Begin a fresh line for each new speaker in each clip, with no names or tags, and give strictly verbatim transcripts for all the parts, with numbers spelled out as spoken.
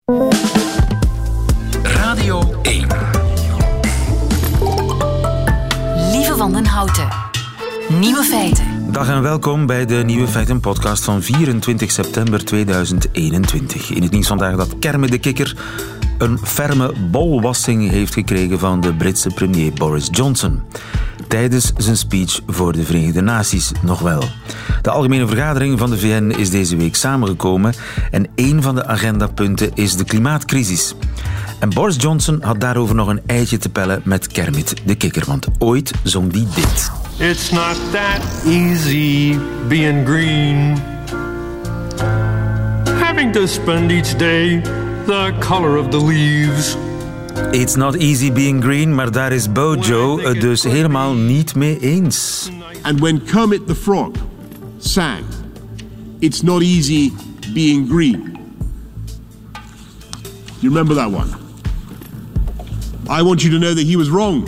Radio één.
Lieve Wandenhouten. Nieuwe feiten.
Dag en welkom bij de Nieuwe Feiten podcast van vierentwintig september tweeduizend eenentwintig. In het nieuws vandaag dat Kermit de Kikker een ferme bolwassing heeft gekregen van de Britse premier Boris Johnson. Tijdens zijn speech voor de Verenigde Naties nog wel. De algemene vergadering van de V N is deze week samengekomen en één van de agendapunten is de klimaatcrisis. En Boris Johnson had daarover nog een eitje te pellen met Kermit de Kikker, want ooit zong die dit.
It's not that easy being green. Having to spend each day the color of the leaves.
It's not easy being green, maar daar is Bojo het dus helemaal niet mee eens.
And when Kermit the Frog sang, it's not easy being green. You remember that one? I want you to know that he was wrong.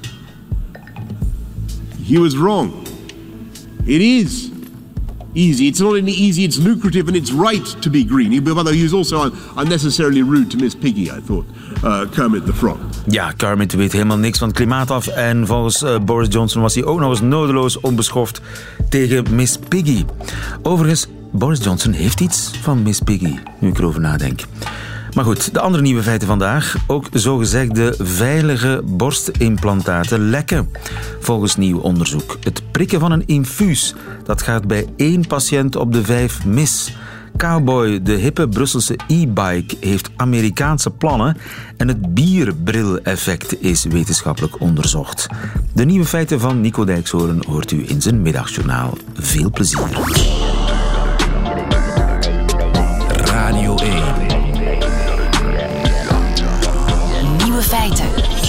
He was wrong. It is easy. It's not only easy, it's lucrative and it's right to be green. Although he was also unnecessarily rude to Miss Piggy, I thought, uh, Kermit the Frog.
Ja, Kermit weet helemaal niks van het klimaat af. En volgens uh, Boris Johnson was hij ook nog eens nodeloos onbeschoft tegen Miss Piggy. Overigens, Boris Johnson heeft iets van Miss Piggy, nu ik erover nadenk. Maar goed, de andere nieuwe feiten vandaag. Ook zogezegde veilige borstimplantaten lekken. Volgens nieuw onderzoek. Het prikken van een infuus, dat gaat bij één patiënt op de vijf mis. Cowboy, de hippe Brusselse e-bike, heeft Amerikaanse plannen en het bierbril-effect is wetenschappelijk onderzocht. De nieuwe feiten van Nico Dijkshoorn hoort u in zijn middagjournaal. Veel plezier.
Radio één.
Feiten.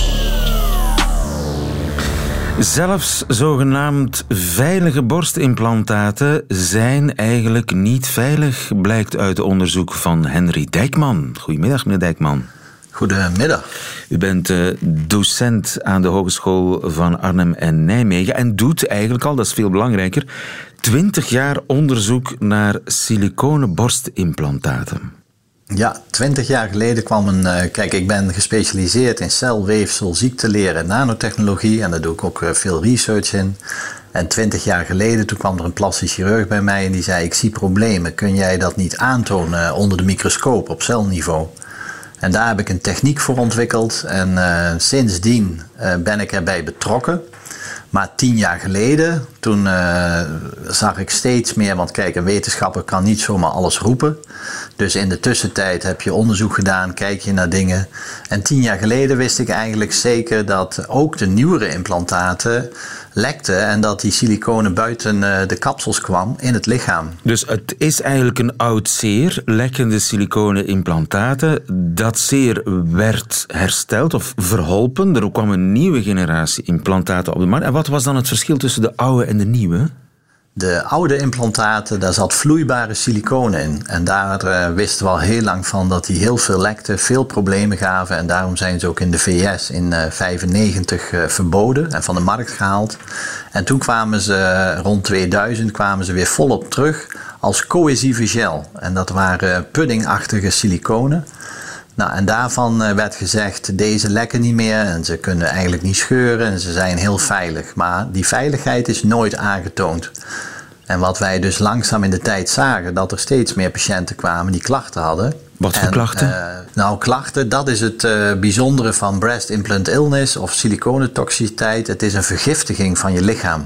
Zelfs zogenaamd veilige borstimplantaten zijn eigenlijk niet veilig, blijkt uit onderzoek van Henry Dijkman. Goedemiddag, meneer Dijkman.
Goedemiddag.
U bent uh, docent aan de Hogeschool van Arnhem en Nijmegen en doet eigenlijk al, dat is veel belangrijker, twintig jaar onderzoek naar siliconen borstimplantaten.
Ja, twintig jaar geleden kwam een... Uh, kijk, ik ben gespecialiseerd in celweefsel, ziekteleer en nanotechnologie. En daar doe ik ook uh, veel research in. En twintig jaar geleden, toen kwam er een plastisch chirurg bij mij en die zei: ik zie problemen, kun jij dat niet aantonen onder de microscoop op celniveau? En daar heb ik een techniek voor ontwikkeld. En uh, sindsdien uh, ben ik erbij betrokken. Maar tien jaar geleden, toen uh, zag ik steeds meer... Want kijk, een wetenschapper kan niet zomaar alles roepen. Dus in de tussentijd heb je onderzoek gedaan, kijk je naar dingen. En tien jaar geleden wist ik eigenlijk zeker dat ook de nieuwere implantaten lekten en dat die siliconen buiten uh, de kapsels kwam in het lichaam.
Dus het is eigenlijk een oud zeer, lekkende siliconen implantaten. Dat zeer werd hersteld of verholpen. Er kwam een nieuwe generatie implantaten op de markt. En wat was dan het verschil tussen de oude en de nieuwe?
De oude implantaten, daar zat vloeibare siliconen in. En daar uh, wisten we al heel lang van dat die heel veel lekten, veel problemen gaven. En daarom zijn ze ook in de V S in negentien vijfennegentig uh, verboden en van de markt gehaald. En toen kwamen ze, uh, rond tweeduizend, kwamen ze weer volop terug als cohesieve gel. En dat waren puddingachtige siliconen. Nou, en daarvan uh, werd gezegd, deze lekken niet meer en ze kunnen eigenlijk niet scheuren en ze zijn heel veilig. Maar die veiligheid is nooit aangetoond. En wat wij dus langzaam in de tijd zagen, dat er steeds meer patiënten kwamen die klachten hadden.
Wat voor
en,
klachten?
Uh, nou, klachten, dat is het uh, bijzondere van breast implant illness of siliconentoxiciteit. Het is een vergiftiging van je lichaam.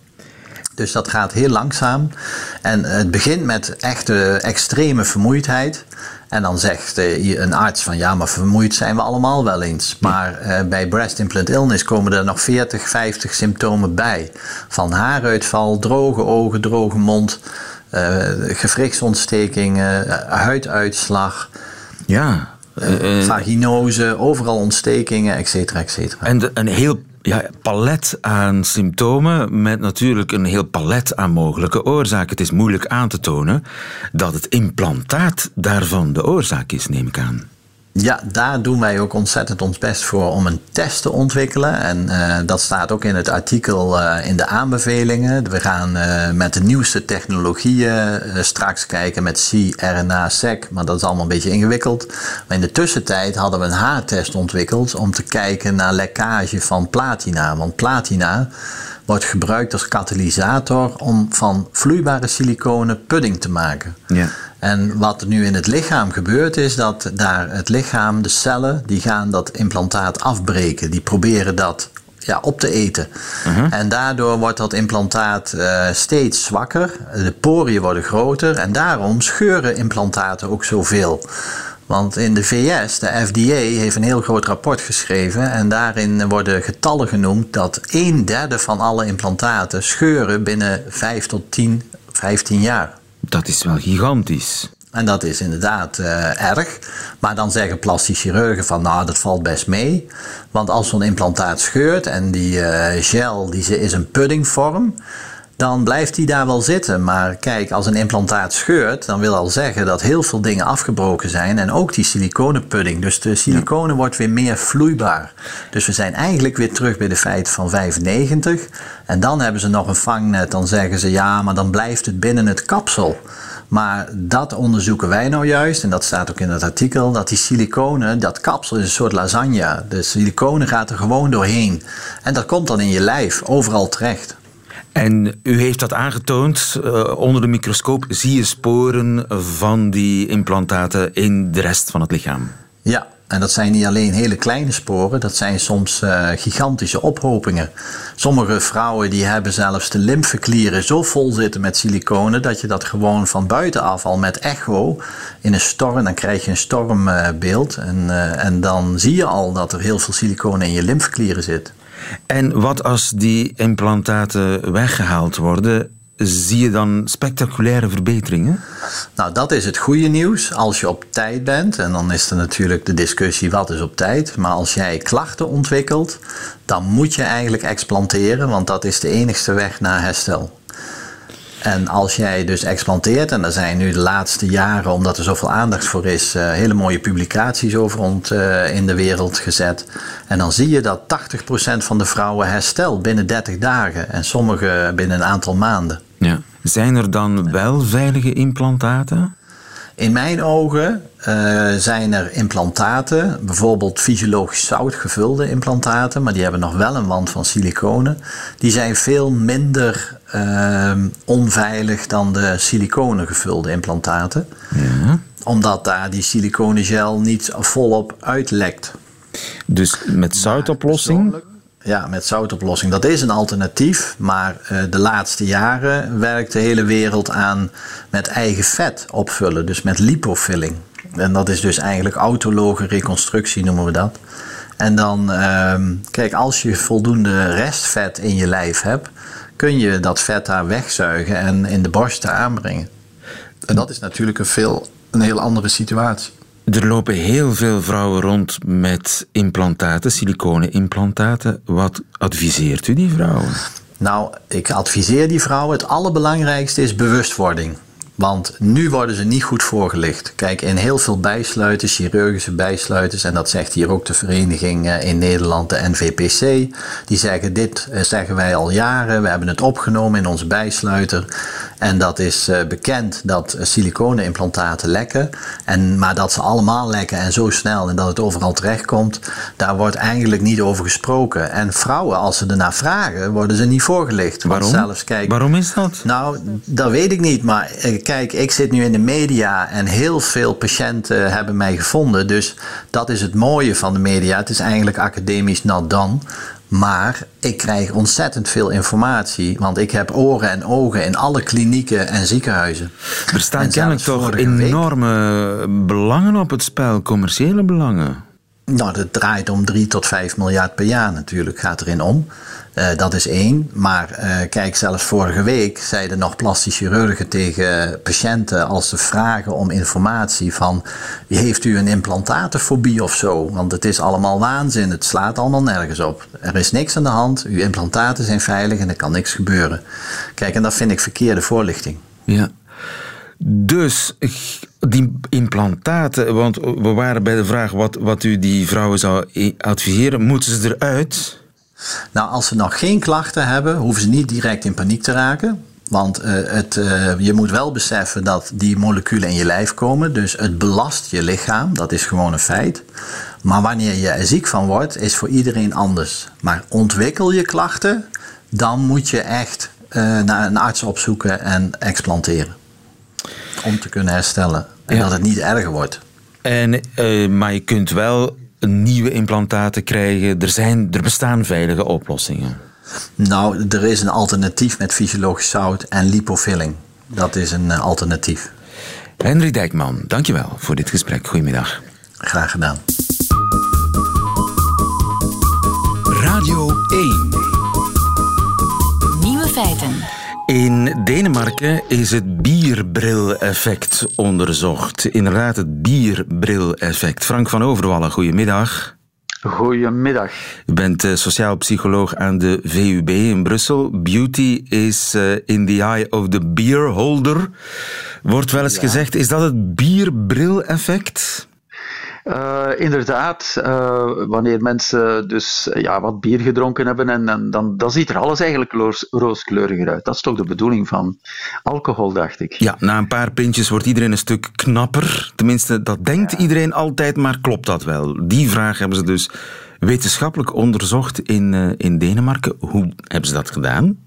Dus dat gaat heel langzaam. En het begint met echte extreme vermoeidheid. En dan zegt uh, een arts van ja, maar vermoeid zijn we allemaal wel eens. Maar uh, bij breast implant illness komen er nog veertig, vijftig symptomen bij. Van haaruitval, droge ogen, droge mond, uh, gewrichtsontstekingen, uh, huiduitslag.
Ja.
Uh, uh, vaginose, overal ontstekingen, et cetera, et cetera.
En de, een heel ja, palet aan symptomen met natuurlijk een heel palet aan mogelijke oorzaken. Het is moeilijk aan te tonen dat het implantaat daarvan de oorzaak is, neem ik aan.
Ja, daar doen wij ook ontzettend ons best voor om een test te ontwikkelen. En uh, dat staat ook in het artikel uh, in de aanbevelingen. We gaan uh, met de nieuwste technologieën uh, straks kijken met cRNA sec, maar dat is allemaal een beetje ingewikkeld. Maar in de tussentijd hadden we een haartest ontwikkeld om te kijken naar lekkage van platina. Want platina wordt gebruikt als katalysator om van vloeibare siliconen pudding te maken. Ja. En wat er nu in het lichaam gebeurt is dat daar het lichaam, de cellen, die gaan dat implantaat afbreken. Die proberen dat ja, op te eten. Uh-huh. En daardoor wordt dat implantaat uh, steeds zwakker. De poriën worden groter en daarom scheuren implantaten ook zoveel. Want in de V S, de F D A, heeft een heel groot rapport geschreven en daarin worden getallen genoemd dat een derde van alle implantaten scheuren binnen vijf tot tien, vijftien jaar.
Dat is wel gigantisch.
En dat is inderdaad uh, erg. Maar dan zeggen plastisch chirurgen van nou, dat valt best mee. Want als zo'n implantaat scheurt en die uh, gel die is een puddingvorm, dan blijft die daar wel zitten. Maar kijk, als een implantaat scheurt, dan wil al zeggen dat heel veel dingen afgebroken zijn. En ook die siliconenpudding. Dus de siliconen ja. wordt weer meer vloeibaar. Dus we zijn eigenlijk weer terug bij de feiten van vijfennegentig. En dan hebben ze nog een vangnet. Dan zeggen ze ja, maar dan blijft het binnen het kapsel. Maar dat onderzoeken wij nou juist, en dat staat ook in het artikel, dat die siliconen, dat kapsel is een soort lasagne. De siliconen gaat er gewoon doorheen. En dat komt dan in je lijf, overal terecht.
En u heeft dat aangetoond. Uh, onder de microscoop zie je sporen van die implantaten in de rest van het lichaam.
Ja, en dat zijn niet alleen hele kleine sporen, dat zijn soms uh, gigantische ophopingen. Sommige vrouwen die hebben zelfs de lymfeklieren zo vol zitten met siliconen dat je dat gewoon van buitenaf al met echo in een storm, dan krijg je een stormbeeld en, uh, en dan zie je al dat er heel veel siliconen in je lymfeklieren zit.
En wat als die implantaten weggehaald worden? Zie je dan spectaculaire verbeteringen?
Nou, dat is het goede nieuws. Als je op tijd bent, en dan is er natuurlijk de discussie wat is op tijd. Maar als jij klachten ontwikkelt, dan moet je eigenlijk explanteren, want dat is de enigste weg naar herstel. En als jij dus explanteert, en er zijn nu de laatste jaren, omdat er zoveel aandacht voor is, uh, hele mooie publicaties over rond uh, in de wereld gezet. En dan zie je dat tachtig procent van de vrouwen herstelt binnen dertig dagen en sommige binnen een aantal maanden.
Ja. Zijn er dan wel veilige implantaten?
In mijn ogen uh, zijn er implantaten, bijvoorbeeld fysiologisch zout gevulde implantaten, maar die hebben nog wel een wand van siliconen. Die zijn veel minder uh, onveilig dan de siliconen gevulde implantaten. Ja. Omdat daar die siliconengel niet volop uitlekt.
Dus met zoutoplossing?
Ja, met zoutoplossing. Dat is een alternatief, maar uh, de laatste jaren werkt de hele wereld aan met eigen vet opvullen, dus met lipofilling. En dat is dus eigenlijk autologe reconstructie, noemen we dat. En dan, uh, kijk, als je voldoende restvet in je lijf hebt, kun je dat vet daar wegzuigen en in de borsten aanbrengen. En dat is natuurlijk een, veel, een heel andere situatie.
Er lopen heel veel vrouwen rond met implantaten, siliconenimplantaten. Wat adviseert u die vrouwen?
Nou, ik adviseer die vrouwen. Het allerbelangrijkste is bewustwording. Want nu worden ze niet goed voorgelicht. Kijk, in heel veel bijsluiters, chirurgische bijsluiters, en dat zegt hier ook de vereniging in Nederland, de N V P C, die zeggen dit zeggen wij al jaren, we hebben het opgenomen in onze bijsluiter. En dat is uh, bekend dat siliconenimplantaten lekken. En, maar dat ze allemaal lekken en zo snel en dat het overal terechtkomt, daar wordt eigenlijk niet over gesproken. En vrouwen, als ze ernaar vragen, worden ze niet voorgelicht.
Waarom?
Zelfs, kijk,
Waarom is dat?
Nou, dat weet ik niet. Maar uh, kijk, ik zit nu in de media en heel veel patiënten hebben mij gevonden. Dus dat is het mooie van de media. Het is eigenlijk academisch not done. Maar ik krijg ontzettend veel informatie, want ik heb oren en ogen in alle klinieken en ziekenhuizen.
Er staan kennelijk toch enorme week... belangen op het spel, commerciële belangen.
Nou, dat draait om drie tot vijf miljard per jaar natuurlijk, gaat erin om. Uh, dat is één. Maar uh, kijk, zelfs vorige week zeiden nog plastisch chirurgen tegen patiënten als ze vragen om informatie van heeft u een implantatenfobie of zo? Want het is allemaal waanzin, het slaat allemaal nergens op. Er is niks aan de hand, uw implantaten zijn veilig en er kan niks gebeuren. Kijk, en dat vind ik verkeerde voorlichting.
Ja. Dus die implantaten, want we waren bij de vraag wat, wat u die vrouwen zou adviseren. Moeten ze eruit?
Nou, als ze nog geen klachten hebben, hoeven ze niet direct in paniek te raken. Want uh, het, uh, je moet wel beseffen dat die moleculen in je lijf komen. Dus het belast je lichaam, dat is gewoon een feit. Maar wanneer je er ziek van wordt, is voor iedereen anders. Maar ontwikkel je klachten, dan moet je echt uh, naar een arts opzoeken en explanteren. Om te kunnen herstellen. En ja. dat het niet erger wordt.
En, uh, maar je kunt wel nieuwe implantaten krijgen. Er, zijn, er bestaan veilige oplossingen.
Nou, er is een alternatief met fysiologisch zout en lipofilling. Dat is een uh, alternatief.
Henry Dijkman, dankjewel voor dit gesprek. Goedemiddag.
Graag gedaan.
Radio één.
Nieuwe feiten.
In Denemarken is het bierbril-effect onderzocht. Inderdaad, het bierbril-effect. Frank van Overwallen, goedemiddag.
Goedemiddag.
U bent uh, sociaal psycholoog aan de V U B in Brussel. Beauty is uh, in the eye of the beer holder. Wordt wel eens ja. gezegd, is dat het bierbril-effect?
Uh, inderdaad, uh, wanneer mensen dus uh, ja, wat bier gedronken hebben, en, en dan, dan ziet er alles eigenlijk roos, rooskleuriger uit. Dat is toch de bedoeling van alcohol, dacht ik.
Ja, na een paar pintjes wordt iedereen een stuk knapper. Tenminste, dat denkt ja. iedereen altijd, maar klopt dat wel? Die vraag hebben ze dus wetenschappelijk onderzocht in, uh, in Denemarken. Hoe hebben ze dat gedaan?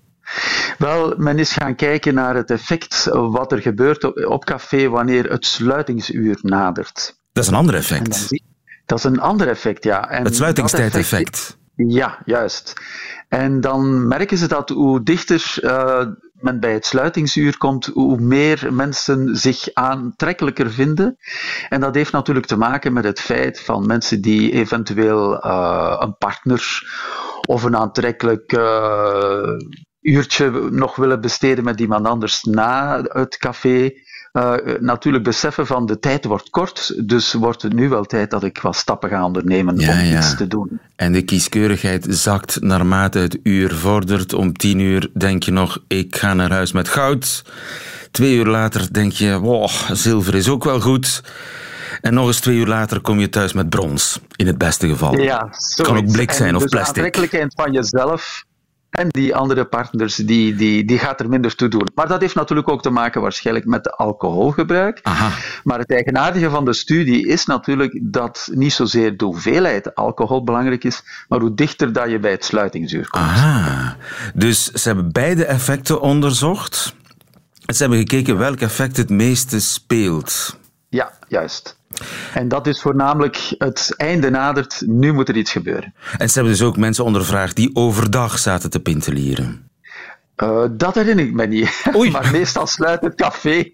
Wel, men is gaan kijken naar het effect wat er gebeurt op, op café wanneer het sluitingsuur nadert.
Dat is een ander effect.
Dan, dat is een ander effect, ja. En
het sluitingstijd-effect.
Ja, juist. En dan merken ze dat hoe dichter uh, men bij het sluitingsuur komt, hoe meer mensen zich aantrekkelijker vinden. En dat heeft natuurlijk te maken met het feit van mensen die eventueel uh, een partner of een aantrekkelijk uh, uurtje nog willen besteden met iemand anders na het café. Uh, natuurlijk beseffen van de tijd wordt kort, dus wordt het nu wel tijd dat ik wat stappen ga ondernemen ja, om ja. iets te doen.
En de kieskeurigheid zakt naarmate het uur vordert. Om tien uur denk je nog, ik ga naar huis met goud. Twee uur later denk je, wow, zilver is ook wel goed. En nog eens twee uur later kom je thuis met brons, in het beste geval.
Ja,
het kan ook blik zijn
en
of
dus
plastic.
De aantrekkelijkheid van jezelf en die andere partners, die, die, die gaat er minder toe doen. Maar dat heeft natuurlijk ook te maken waarschijnlijk met alcoholgebruik.
Aha.
Maar het eigenaardige van de studie is natuurlijk dat niet zozeer de hoeveelheid alcohol belangrijk is, maar hoe dichter dat je bij het sluitingsuur komt.
Aha. Dus ze hebben beide effecten onderzocht. En ze hebben gekeken welk effect het meeste speelt.
Ja, juist. En dat is voornamelijk het einde nadert, nu moet er iets gebeuren.
En ze hebben dus ook mensen ondervraagd die overdag zaten te pintelieren.
Uh, dat herinner ik me niet.
Oei.
Maar meestal sluit het café.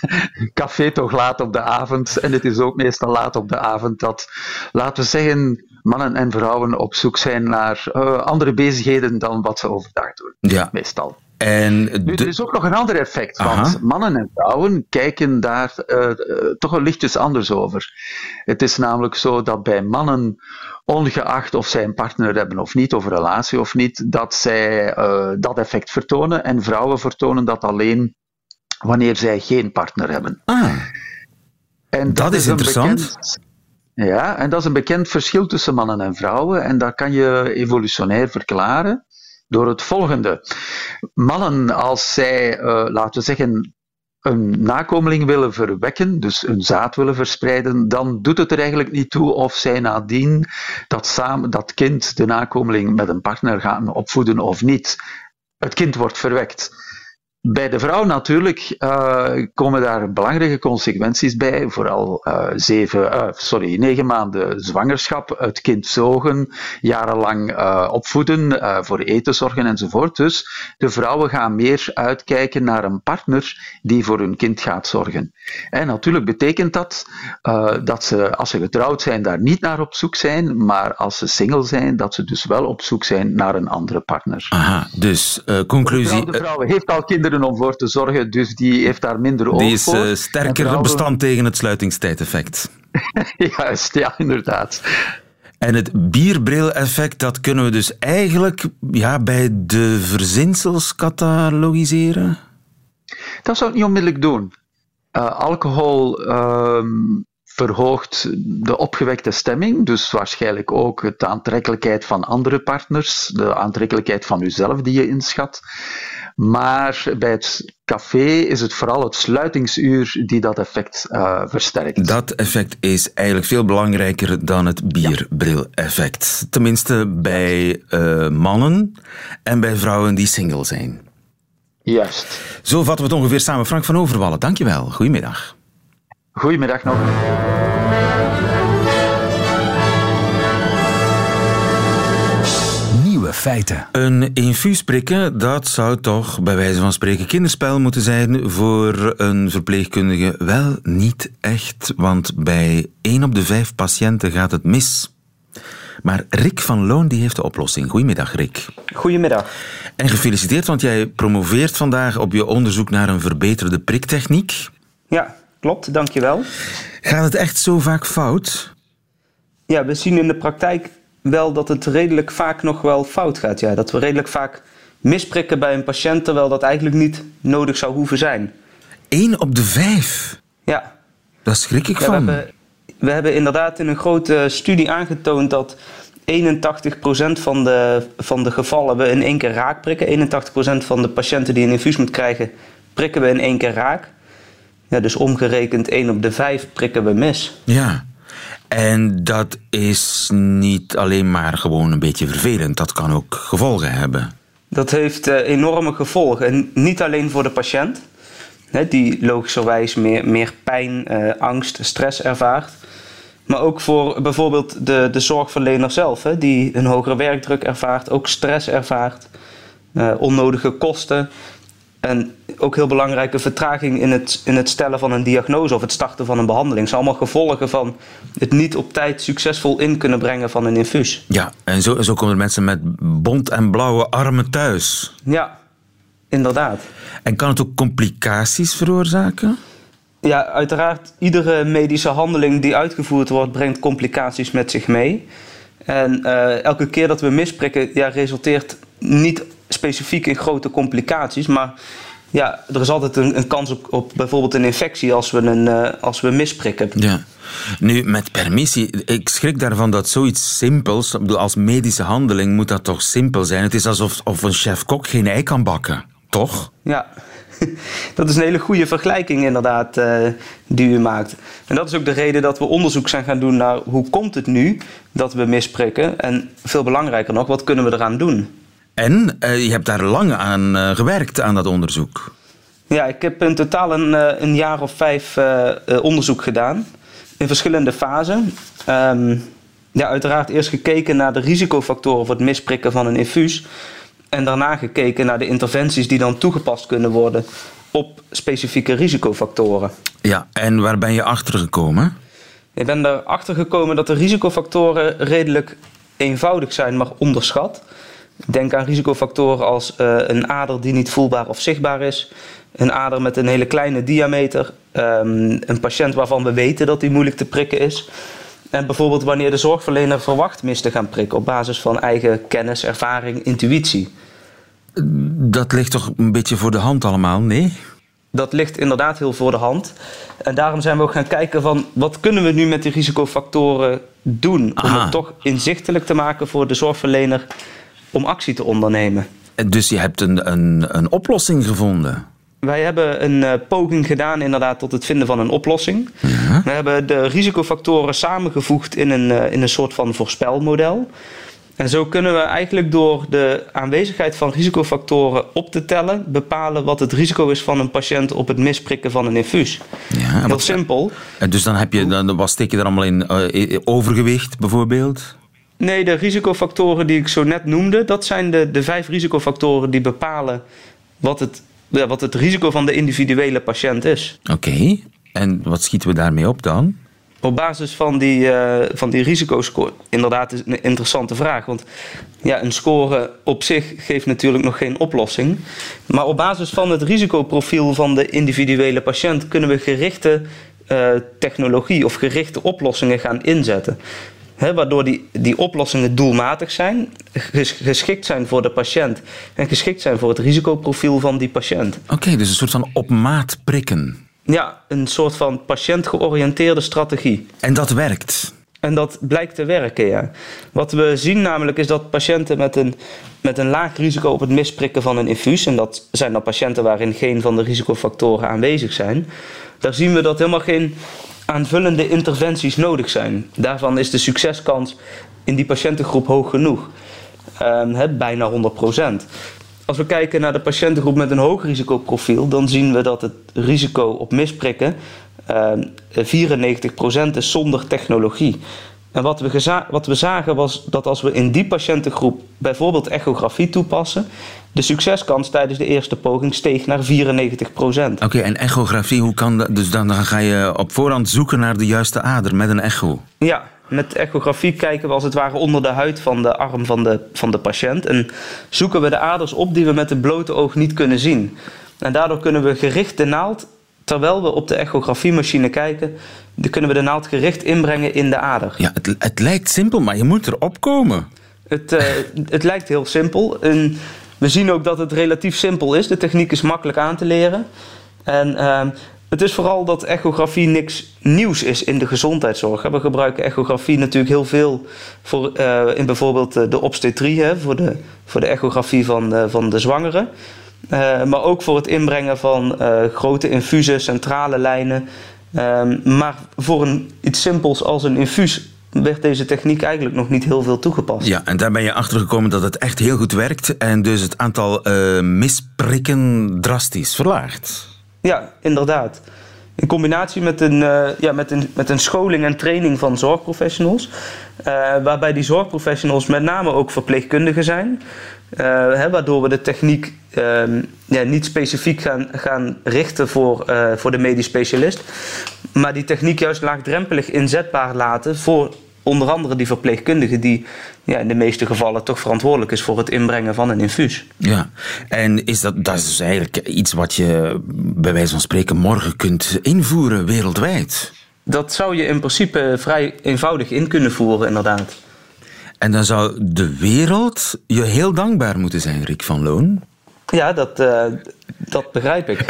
Café toch laat op de avond. En het is ook meestal laat op de avond dat, laten we zeggen, mannen en vrouwen op zoek zijn naar uh, andere bezigheden dan wat ze overdag doen.
Ja.
Meestal.
En de...
Nu, er is ook nog een ander effect, want
Aha.
mannen en vrouwen kijken daar uh, uh, toch wel lichtjes anders over. Het is namelijk zo dat bij mannen, ongeacht of zij een partner hebben of niet, of een relatie of niet, dat zij uh, dat effect vertonen, en vrouwen vertonen dat alleen wanneer zij geen partner hebben.
Ah,
en dat,
dat is, is interessant.
Bekend, ja, en dat is een bekend verschil tussen mannen en vrouwen, en dat kan je evolutionair verklaren door het volgende. Mannen, als zij, uh, laten we zeggen, een nakomeling willen verwekken, dus een zaad willen verspreiden, dan doet het er eigenlijk niet toe of zij nadien dat, samen, dat kind, de nakomeling, met een partner gaan opvoeden of niet. Het kind wordt verwekt. Bij de vrouw natuurlijk uh, komen daar belangrijke consequenties bij, vooral uh, zeven, uh, sorry, negen maanden zwangerschap, het kind zogen, jarenlang uh, opvoeden, uh, voor eten zorgen enzovoort. Dus de vrouwen gaan meer uitkijken naar een partner die voor hun kind gaat zorgen. En natuurlijk betekent dat uh, dat ze, als ze getrouwd zijn, daar niet naar op zoek zijn, maar als ze single zijn, dat ze dus wel op zoek zijn naar een andere partner.
Aha, dus uh, conclusie...
De vrouw heeft al kinderen om voor te zorgen, dus die heeft daar minder oog voor.
Die is uh, sterker vrouwen... bestand tegen het sluitingstijdeffect.
Juist, ja, inderdaad.
En het bierbril-effect, dat kunnen we dus eigenlijk ja, bij de verzinsels catalogiseren?
Dat zou ik niet onmiddellijk doen. Uh, alcohol uh, verhoogt de opgewekte stemming, dus waarschijnlijk ook de aantrekkelijkheid van andere partners, de aantrekkelijkheid van uzelf die je inschat. Maar bij het café is het vooral het sluitingsuur die dat effect uh, versterkt.
Dat effect is eigenlijk veel belangrijker dan het bierbril-effect. Tenminste bij uh, mannen en bij vrouwen die single zijn.
Juist.
Zo vatten we het ongeveer samen. Frank van Overwallen, dankjewel. Goedemiddag.
Goedemiddag nog.
Nieuwe feiten.
Een infuus prikken, dat zou toch bij wijze van spreken kinderspel moeten zijn voor een verpleegkundige. Wel niet echt, want bij één op de vijf patiënten gaat het mis. Maar Rick van Loon die heeft de oplossing. Goedemiddag, Rick.
Goedemiddag.
En gefeliciteerd, want jij promoveert vandaag op je onderzoek naar een verbeterde priktechniek.
Ja, klopt, dankjewel.
Gaat het echt zo vaak fout?
Ja, we zien in de praktijk wel dat het redelijk vaak nog wel fout gaat. Ja. Dat we redelijk vaak misprikken bij een patiënt, terwijl dat eigenlijk niet nodig zou hoeven zijn.
Eén op de vijf?
Ja.
Daar schrik ik
ja,
van.
We hebben, we hebben inderdaad in een grote studie aangetoond dat eenentachtig procent van de, van de gevallen we in één keer raak prikken. eenentachtig procent van de patiënten die een infuus moeten krijgen, prikken we in één keer raak. Ja, dus omgerekend één op de vijf prikken we mis.
Ja, en dat is niet alleen maar gewoon een beetje vervelend. Dat kan ook gevolgen hebben.
Dat heeft uh, enorme gevolgen. En niet alleen voor de patiënt, hè, die logischerwijs meer, meer pijn, uh, angst, stress ervaart. Maar ook voor bijvoorbeeld de, de zorgverlener zelf, hè, die een hogere werkdruk ervaart, ook stress ervaart, uh, onnodige kosten. En ook heel belangrijke vertraging in het, in het stellen van een diagnose of het starten van een behandeling. Dat zijn allemaal gevolgen van het niet op tijd succesvol in kunnen brengen van een infuus.
Ja, en zo, zo komen er mensen met bont en blauwe armen thuis.
Ja, inderdaad.
En kan het ook complicaties veroorzaken?
Ja, uiteraard. Iedere medische handeling die uitgevoerd wordt, brengt complicaties met zich mee. En uh, elke keer dat we misprikken, ja, resulteert niet specifiek in grote complicaties, maar ja, er is altijd een, een kans op, op bijvoorbeeld een infectie als we, een, uh, als we misprikken.
Ja. Nu, met permissie, ik schrik daarvan dat zoiets simpels, als medische handeling moet dat toch simpel zijn. Het is alsof of een chef-kok geen ei kan bakken, toch?
Ja, dat is een hele goede vergelijking inderdaad uh, die u maakt. En dat is ook de reden dat we onderzoek zijn gaan doen naar hoe komt het nu dat we misprikken en veel belangrijker nog, wat kunnen we eraan doen?
En uh, je hebt daar lang aan uh, gewerkt, aan dat onderzoek.
Ja, ik heb in totaal een, uh, een jaar of vijf uh, uh, onderzoek gedaan. In verschillende fasen. Um, ja, uiteraard eerst gekeken naar de risicofactoren voor het misprikken van een infuus. En daarna gekeken naar de interventies die dan toegepast kunnen worden op specifieke risicofactoren.
Ja, en waar ben je achter gekomen?
Ik ben erachter gekomen dat de risicofactoren redelijk eenvoudig zijn, maar onderschat. Denk aan risicofactoren als uh, een ader die niet voelbaar of zichtbaar is. Een ader met een hele kleine diameter. Um, een patiënt waarvan we weten dat die moeilijk te prikken is. En bijvoorbeeld wanneer de zorgverlener verwacht mis te gaan prikken op basis van eigen kennis, ervaring, intuïtie.
Dat ligt toch een beetje voor de hand allemaal, nee?
Dat ligt inderdaad heel voor de hand. En daarom zijn we ook gaan kijken van wat kunnen we nu met die risicofactoren doen?
Aha.
Om het toch inzichtelijk te maken voor de zorgverlener om actie te ondernemen.
Dus je hebt een, een, een oplossing gevonden?
Wij hebben een uh, poging gedaan inderdaad tot het vinden van een oplossing.
Ja.
We hebben de risicofactoren samengevoegd in een, uh, in een soort van voorspelmodel. En zo kunnen we eigenlijk door de aanwezigheid van risicofactoren op te tellen bepalen wat het risico is van een patiënt op het misprikken van een infuus.
Ja,
Heel
wat,
simpel.
Dus dan heb je, dan, wat steek je er allemaal in? Uh, overgewicht bijvoorbeeld?
Nee, de risicofactoren die ik zo net noemde, dat zijn de, de vijf risicofactoren die bepalen wat het, ja, wat het risico van de individuele patiënt is.
Oké, okay. En wat schieten we daarmee op dan?
Op basis van die, uh, van die risicoscore, inderdaad is een interessante vraag. Want ja, een score op zich geeft natuurlijk nog geen oplossing. Maar op basis van het risicoprofiel van de individuele patiënt kunnen we gerichte uh, technologie of gerichte oplossingen gaan inzetten. He, waardoor die, die oplossingen doelmatig zijn, ges, geschikt zijn voor de patiënt en geschikt zijn voor het risicoprofiel van die patiënt.
Oké, okay, dus een soort van op maat prikken.
ja, een soort van patiëntgeoriënteerde strategie.
En dat werkt?
En dat blijkt te werken, ja. Wat we zien namelijk is dat patiënten met een, met een laag risico op het misprikken van een infuus, en dat zijn dan patiënten waarin geen van de risicofactoren aanwezig zijn, daar zien we dat helemaal geen aanvullende interventies nodig zijn. Daarvan is de succeskans in die patiëntengroep hoog genoeg. Um, he, bijna honderd procent. Als we kijken naar de patiëntengroep met een hoog risicoprofiel, dan zien we dat het risico op misprikken uh, vierennegentig procent is zonder technologie. En wat we, geza- wat we zagen was dat als we in die patiëntengroep bijvoorbeeld echografie toepassen, de succeskans tijdens de eerste poging steeg naar vierennegentig procent.
Oké, okay, en echografie, hoe kan dat? Dus dan, dan ga je op voorhand zoeken naar de juiste ader met een echo?
Ja. Met echografie kijken we als het ware onder de huid van de arm van de, van de patiënt. En zoeken we de aders op die we met het blote oog niet kunnen zien. En daardoor kunnen we gericht de naald, terwijl we op de echografiemachine kijken, dan kunnen we de naald gericht inbrengen in de ader.
Ja, het, het lijkt simpel, maar je moet erop komen.
Het, uh, het lijkt heel simpel. En we zien ook dat het relatief simpel is. De techniek is makkelijk aan te leren. En Uh, Het is vooral dat echografie niks nieuws is in de gezondheidszorg. We gebruiken echografie natuurlijk heel veel voor, uh, in bijvoorbeeld de obstetrie, hè, voor, de, voor de echografie van, uh, van de zwangere. Uh, maar ook voor het inbrengen van uh, grote infusen, centrale lijnen. Uh, maar voor een, iets simpels als een infuus werd deze techniek eigenlijk nog niet heel veel toegepast.
Ja, en daar ben je achter gekomen dat het echt heel goed werkt en dus het aantal uh, misprikken drastisch verlaagt.
Ja, inderdaad. In combinatie met een, uh, ja, met een, met een scholing en training van zorgprofessionals. Uh, waarbij die zorgprofessionals met name ook verpleegkundigen zijn. Uh, hè, waardoor we de techniek uh, ja, niet specifiek gaan, gaan richten voor, uh, voor de medisch specialist. Maar die techniek juist laagdrempelig inzetbaar laten voor onder andere die verpleegkundige die ja, in de meeste gevallen toch verantwoordelijk is voor het inbrengen van een infuus.
Ja, en is dat, dat is dus eigenlijk iets wat je bij wijze van spreken morgen kunt invoeren wereldwijd?
Dat zou je in principe vrij eenvoudig in kunnen voeren, inderdaad.
En dan zou de wereld je heel dankbaar moeten zijn, Rick van Loon?
Ja, dat, uh, dat begrijp ik.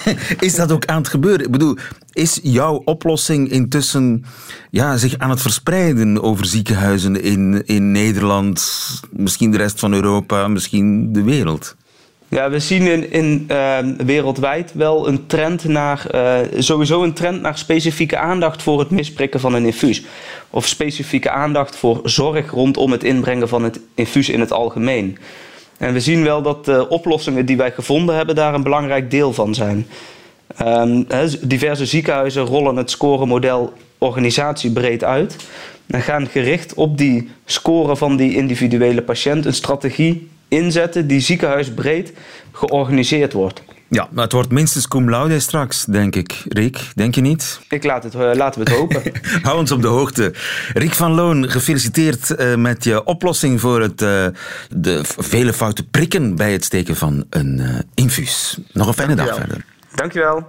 Is dat ook aan het gebeuren? Ik bedoel, is jouw oplossing intussen ja, zich aan het verspreiden over ziekenhuizen in, in Nederland, misschien de rest van Europa, misschien de wereld?
Ja, we zien in, in uh, wereldwijd wel een trend naar, uh, sowieso een trend naar specifieke aandacht voor het misprikken van een infuus. Of specifieke aandacht voor zorg rondom het inbrengen van het infuus in het algemeen. En we zien wel dat de oplossingen die wij gevonden hebben daar een belangrijk deel van zijn. Um, diverse ziekenhuizen rollen het scoremodel organisatiebreed uit en gaan gericht op die score van die individuele patiënt een strategie inzetten die ziekenhuisbreed georganiseerd wordt.
Ja, maar het wordt minstens cum laude straks, denk ik. Rick, denk je niet?
Ik laat het, uh, laten we het hopen.
Hou ons op de hoogte. Rick van Loon, gefeliciteerd uh, met je oplossing voor het, uh, de vele foute prikken bij het steken van een uh, infuus. Nog een fijne dag verder.
Dankjewel.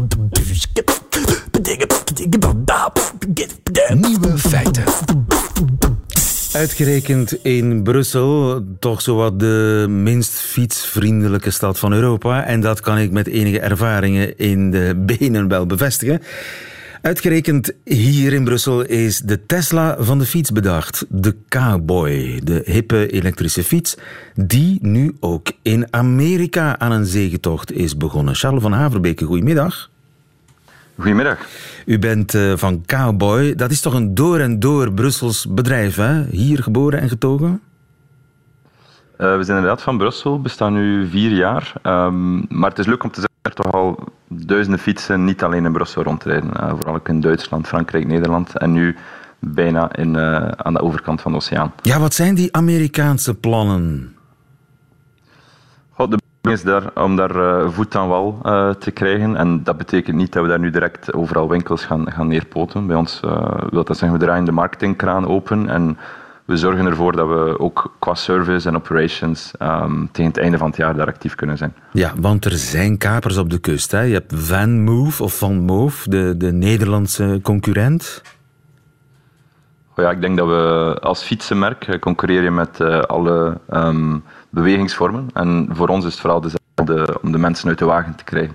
Nieuwe feiten.
Uitgerekend in Brussel, toch zowat de minst fietsvriendelijke stad van Europa. En dat kan ik met enige ervaringen in de benen wel bevestigen. Uitgerekend hier in Brussel is de Tesla van de fiets bedacht. De Cowboy, de hippe elektrische fiets, die nu ook in Amerika aan een zegetocht is begonnen. Charles van Haverbeke, goedemiddag.
Goedemiddag.
U bent uh, van Cowboy. Dat is toch een door en door Brussels bedrijf, hè? Hier geboren en getogen?
Uh, we zijn inderdaad van Brussel, bestaan nu vier jaar. Um, maar het is leuk om te zeggen dat er toch al duizenden fietsen niet alleen in Brussel rondrijden. Uh, vooral ook in Duitsland, Frankrijk, Nederland en nu bijna in, uh, aan de overkant van de oceaan.
Ja, wat zijn die Amerikaanse plannen?
God, de is daar om daar uh, voet aan wal uh, te krijgen. En dat betekent niet dat we daar nu direct overal winkels gaan, gaan neerpoten. Bij ons uh, wil dat zeggen, we draaien de marketingkraan open en we zorgen ervoor dat we ook qua service en operations um, tegen het einde van het jaar daar actief kunnen zijn.
Ja, want er zijn kapers op de kust. Hè? Je hebt VanMoof of VanMoof, de, de Nederlandse concurrent.
Oh ja, ik denk dat we als fietsenmerk concurreer je met uh, alle um, bewegingsvormen. En voor ons is het vooral dezelfde om de mensen uit de wagen te krijgen.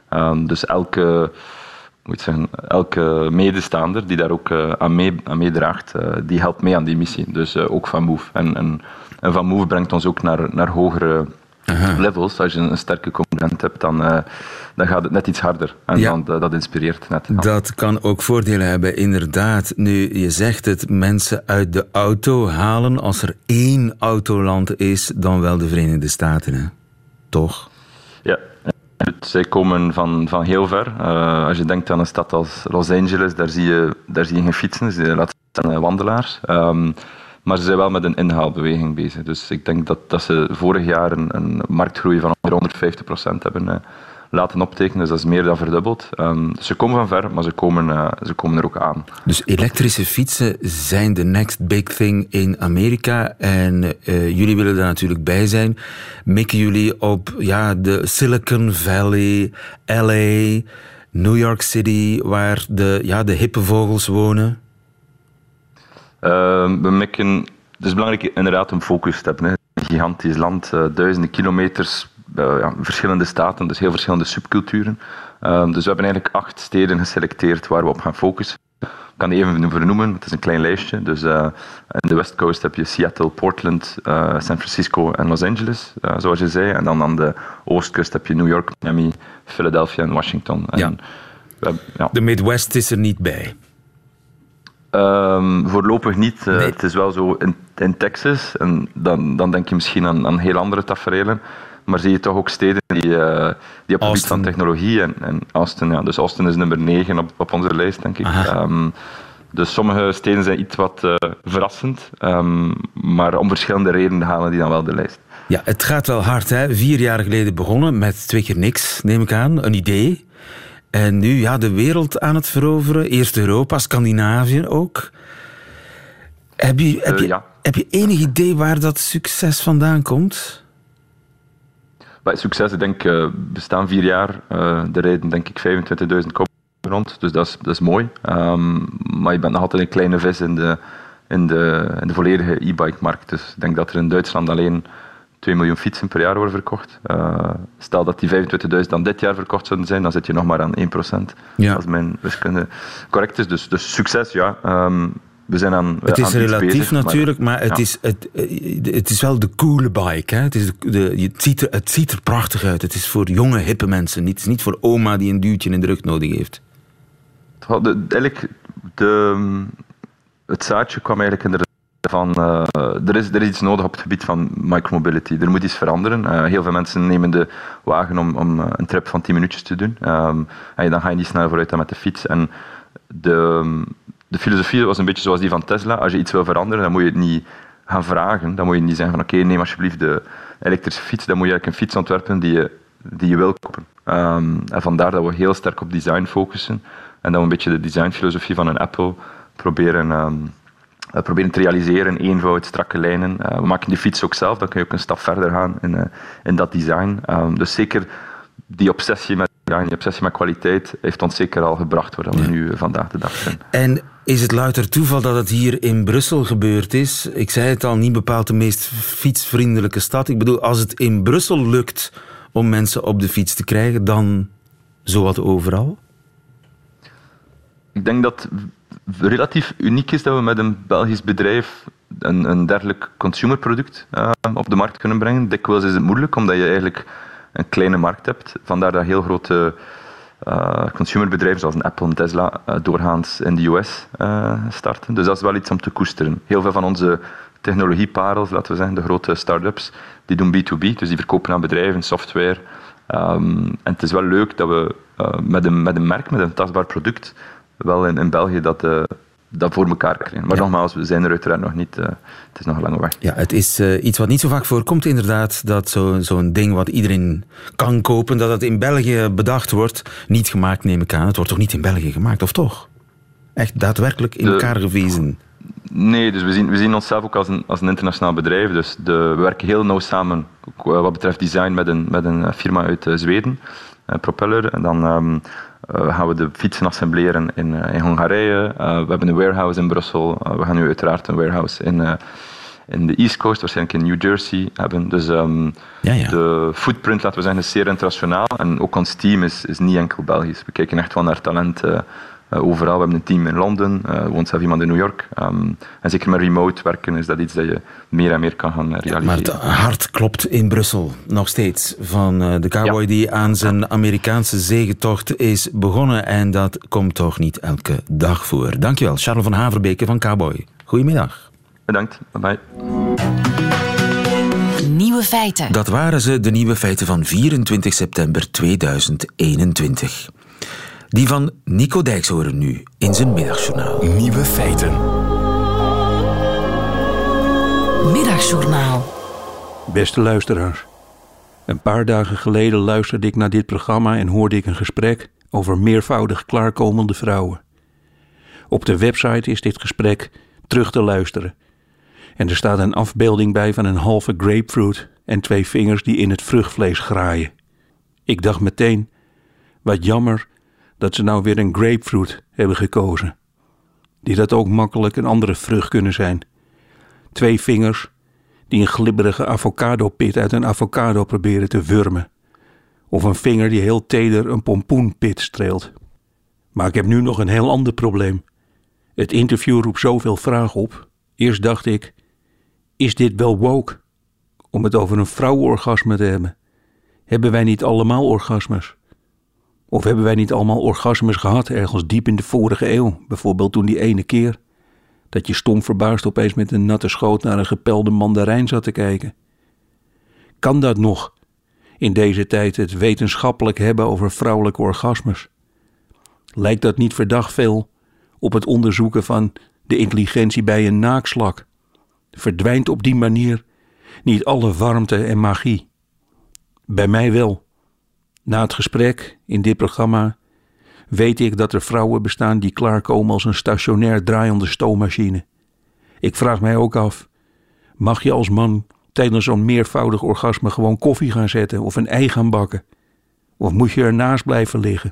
Um, dus elke, moet zeggen, elke medestaander die daar ook uh, aan, mee, aan meedraagt, uh, die helpt mee aan die missie. Dus uh, ook Van Move. En, en, en Van Move brengt ons ook naar, naar hogere Aha. levels. Als je een sterke component hebt, dan, uh, dan gaat het net iets harder. En ja. dan, uh, dat inspireert net.
Dat kan ook voordelen hebben, inderdaad. Nu, je zegt het, mensen uit de auto halen. Als er één autoland is, dan wel de Verenigde Staten, hè? Toch?
Ja. Zij komen van, van heel ver. Uh, als je denkt aan een stad als Los Angeles, daar zie je, daar zie je geen fietsers, dat zijn wandelaars. Um, maar ze zijn wel met een inhaalbeweging bezig. Dus ik denk dat, dat ze vorig jaar een, een marktgroei van honderdvijftig procent hebben uh, laten optekenen. Dus dat is meer dan verdubbeld. Um, ze komen van ver, maar ze komen, uh, ze komen er ook aan.
Dus elektrische fietsen zijn de next big thing in Amerika. En uh, jullie willen daar natuurlijk bij zijn. Mikken jullie op ja, de Silicon Valley, L A, New York City, waar de, ja, de hippe vogels wonen?
Uh, we mikken... Het is belangrijk inderdaad om focus te hebben. Hè. Een gigantisch land, uh, duizenden kilometers, uh, ja, verschillende staten, dus heel verschillende subculturen. Uh, dus we hebben eigenlijk acht steden geselecteerd waar we op gaan focussen. Ik kan die even vernoemen, het is een klein lijstje. Dus uh, in de West Coast heb je Seattle, Portland, uh, San Francisco en Los Angeles, uh, zoals je zei. En dan aan de Oostkust heb je New York, Miami, Philadelphia en Washington. En
ja. We, ja. De Midwest is er niet bij.
Um, voorlopig niet. Uh, nee. Het is wel zo in, in Texas, en dan, dan denk je misschien aan, aan heel andere taferelen. Maar zie je toch ook steden die, uh, die op het gebied van technologie en, en Austin, ja, dus Austin is nummer negen op, op onze lijst, denk ik. Um, dus sommige steden zijn iets wat uh, verrassend, um, maar om verschillende redenen halen die dan wel de lijst.
Ja, het gaat wel hard, hè. Vier jaar geleden begonnen met twee keer niks, neem ik aan, een idee. En nu ja, de wereld aan het veroveren. Eerst Europa, Scandinavië ook. Heb je, heb, je, uh, ja. heb je enig idee waar dat succes vandaan komt?
Bij succes, ik denk, uh, we staan vier jaar. Uh, er rijden denk ik vijfentwintigduizend kop rond. Dus dat is, dat is mooi. Um, maar je bent nog altijd een kleine vis in de, in de, in de volledige e-bike-markt. Dus ik denk dat er in Duitsland alleen twee miljoen fietsen per jaar worden verkocht. Uh, stel dat die vijfentwintigduizend dan dit jaar verkocht zouden zijn, dan zit je nog maar aan één procent. Ja. Als mijn wiskunde correct is. Dus, dus succes, ja. Um, we zijn aan,
het is
aan
relatief
bezig,
natuurlijk, maar, maar het,
ja.
is, het, het is wel de coole bike. Hè? Het, is de, de, het, ziet er, het ziet er prachtig uit. Het is voor jonge, hippe mensen. Het is niet voor oma die een duwtje in de rug nodig heeft.
De, de, eigenlijk, de, het zaadje kwam eigenlijk in de van, uh, er, is, er is iets nodig op het gebied van micromobility. Er moet iets veranderen. Uh, heel veel mensen nemen de wagen om, om uh, een trip van tien minuutjes te doen. Um, en dan ga je niet snel vooruit dan met de fiets. En de, de filosofie was een beetje zoals die van Tesla. Als je iets wil veranderen, dan moet je het niet gaan vragen. Dan moet je niet zeggen van oké, okay, neem alsjeblieft de elektrische fiets. Dan moet je eigenlijk een fiets ontwerpen die je, die je wil kopen. Um, en vandaar dat we heel sterk op design focussen. En dat we een beetje de designfilosofie van een Apple proberen... Um, Uh, proberen te realiseren, eenvoud, strakke lijnen. Uh, we maken die fiets ook zelf, dan kun je ook een stap verder gaan in, uh, in dat design. Um, dus zeker die obsessie met design, die obsessie met kwaliteit heeft ons zeker al gebracht waar we ja. nu uh, vandaag de dag zijn.
En is het louter toeval dat het hier in Brussel gebeurd is? Ik zei het al, niet bepaald de meest fietsvriendelijke stad. Ik bedoel, als het in Brussel lukt om mensen op de fiets te krijgen, dan zowat overal?
Ik denk dat relatief uniek is dat we met een Belgisch bedrijf een, een dergelijk consumerproduct uh, op de markt kunnen brengen. Dikwijls is het moeilijk, omdat je eigenlijk een kleine markt hebt. Vandaar dat heel grote uh, consumerbedrijven zoals een Apple en Tesla uh, doorgaans in de U S uh, starten. Dus dat is wel iets om te koesteren. Heel veel van onze technologieparels, laten we zeggen, de grote start-ups, die doen B to B, dus die verkopen aan bedrijven, software. Um, en het is wel leuk dat we uh, met, een, met een merk, met een tastbaar product, wel in, in België dat, uh, dat voor elkaar krijgen. Maar ja. nogmaals, we zijn er uiteraard nog niet. Uh, het is nog een lange weg.
Ja, het is uh, iets wat niet zo vaak voorkomt inderdaad, dat zo, zo'n ding wat iedereen kan kopen, dat het in België bedacht wordt, niet gemaakt neem ik aan. Het wordt toch niet in België gemaakt, of toch? Echt daadwerkelijk in de, elkaar gewezen?
Nee, dus we zien, we zien onszelf ook als een, als een internationaal bedrijf. Dus de, we werken heel nauw samen wat betreft design met een, met een firma uit uh, Zweden, uh, Propeller. En dan um, uh, gaan we de fietsen assembleren in, uh, in Hongarije. Uh, we hebben een warehouse in Brussel. Uh, we gaan nu uiteraard een warehouse in, uh, in de East Coast, waarschijnlijk in New Jersey hebben. Dus um,
ja, ja.
de footprint, laten we zeggen, is zeer internationaal. En ook ons team is, is niet enkel Belgisch. We kijken echt wel naar talent uh, uh, overal. We hebben een team in Londen, uh, er woont zelf iemand in New York. Um, en zeker met remote werken is dat iets dat je meer en meer kan gaan realiseren.
Maar het hart klopt in Brussel nog steeds van uh, de cowboy ja. die aan zijn Amerikaanse zegentocht is begonnen. En dat komt toch niet elke dag voor. Dankjewel, Charles van Haverbeke van Cowboy. Goedemiddag.
Bedankt, bye bye.
Nieuwe feiten.
Dat waren ze, de nieuwe feiten van vierentwintig september tweeduizend eenentwintig. Die van Nico Dijkshoorn nu in zijn middagjournaal.
Nieuwe feiten.
Middagjournaal.
Beste luisteraars. Een paar dagen geleden luisterde ik naar dit programma en hoorde ik een gesprek over meervoudig klaarkomende vrouwen. Op de website is dit gesprek terug te luisteren. En er staat een afbeelding bij van een halve grapefruit en twee vingers die in het vruchtvlees graaien. Ik dacht meteen, wat jammer dat ze nou weer een grapefruit hebben gekozen. Die dat ook makkelijk een andere vrucht kunnen zijn. Twee vingers die een glibberige avocadopit uit een avocado proberen te wurmen. Of een vinger die heel teder een pompoenpit streelt. Maar ik heb nu nog een heel ander probleem. Het interview roept zoveel vragen op. Eerst dacht ik, is dit wel woke? Om het over een vrouwenorgasme te hebben. Hebben wij niet allemaal orgasmes? Of hebben wij niet allemaal orgasmes gehad ergens diep in de vorige eeuw? Bijvoorbeeld toen die ene keer dat je stom verbaasd opeens met een natte schoot naar een gepelde mandarijn zat te kijken. Kan dat nog in deze tijd het wetenschappelijk hebben over vrouwelijke orgasmes? Lijkt dat niet verdacht veel op het onderzoeken van de intelligentie bij een naakslak? Verdwijnt op die manier niet alle warmte en magie? Bij mij wel. Na het gesprek in dit programma weet ik dat er vrouwen bestaan die klaarkomen als een stationair draaiende stoommachine. Ik vraag mij ook af, mag je als man tijdens zo'n meervoudig orgasme gewoon koffie gaan zetten of een ei gaan bakken? Of moet je ernaast blijven liggen?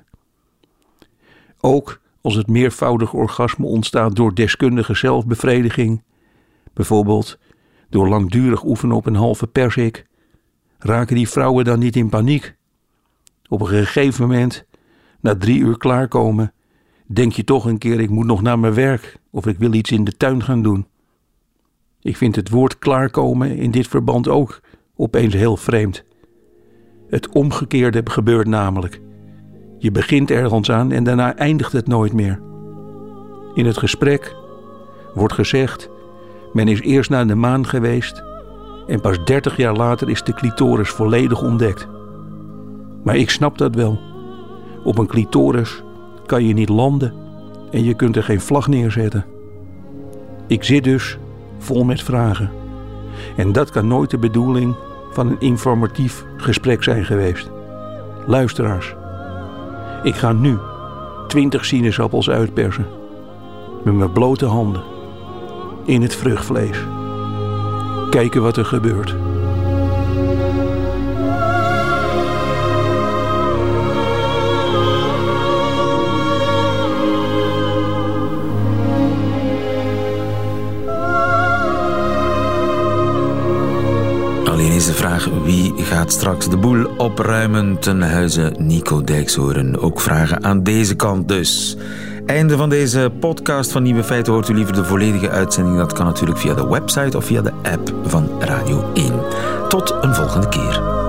Ook als het meervoudig orgasme ontstaat door deskundige zelfbevrediging, bijvoorbeeld door langdurig oefenen op een halve persik, raken die vrouwen dan niet in paniek? Op een gegeven moment, na drie uur klaarkomen, denk je toch een keer, ik moet nog naar mijn werk of ik wil iets in de tuin gaan doen. Ik vind het woord klaarkomen in dit verband ook opeens heel vreemd. Het omgekeerde gebeurt namelijk. Je begint ergens aan en daarna eindigt het nooit meer. In het gesprek wordt gezegd, men is eerst naar de maan geweest en pas dertig jaar later is de clitoris volledig ontdekt. Maar ik snap dat wel. Op een clitoris kan je niet landen en je kunt er geen vlag neerzetten. Ik zit dus vol met vragen. En dat kan nooit de bedoeling van een informatief gesprek zijn geweest. Luisteraars, ik ga nu twintig sinaasappels uitpersen. Met mijn blote handen. In het vruchtvlees. Kijken wat er gebeurt.
Alleen is de vraag, wie gaat straks de boel opruimen ten huize Nico Dijkshoorn? Ook vragen aan deze kant dus. Einde van deze podcast van Nieuwe Feiten. Hoort u liever de volledige uitzending? Dat kan natuurlijk via de website of via de app van Radio één. Tot een volgende keer.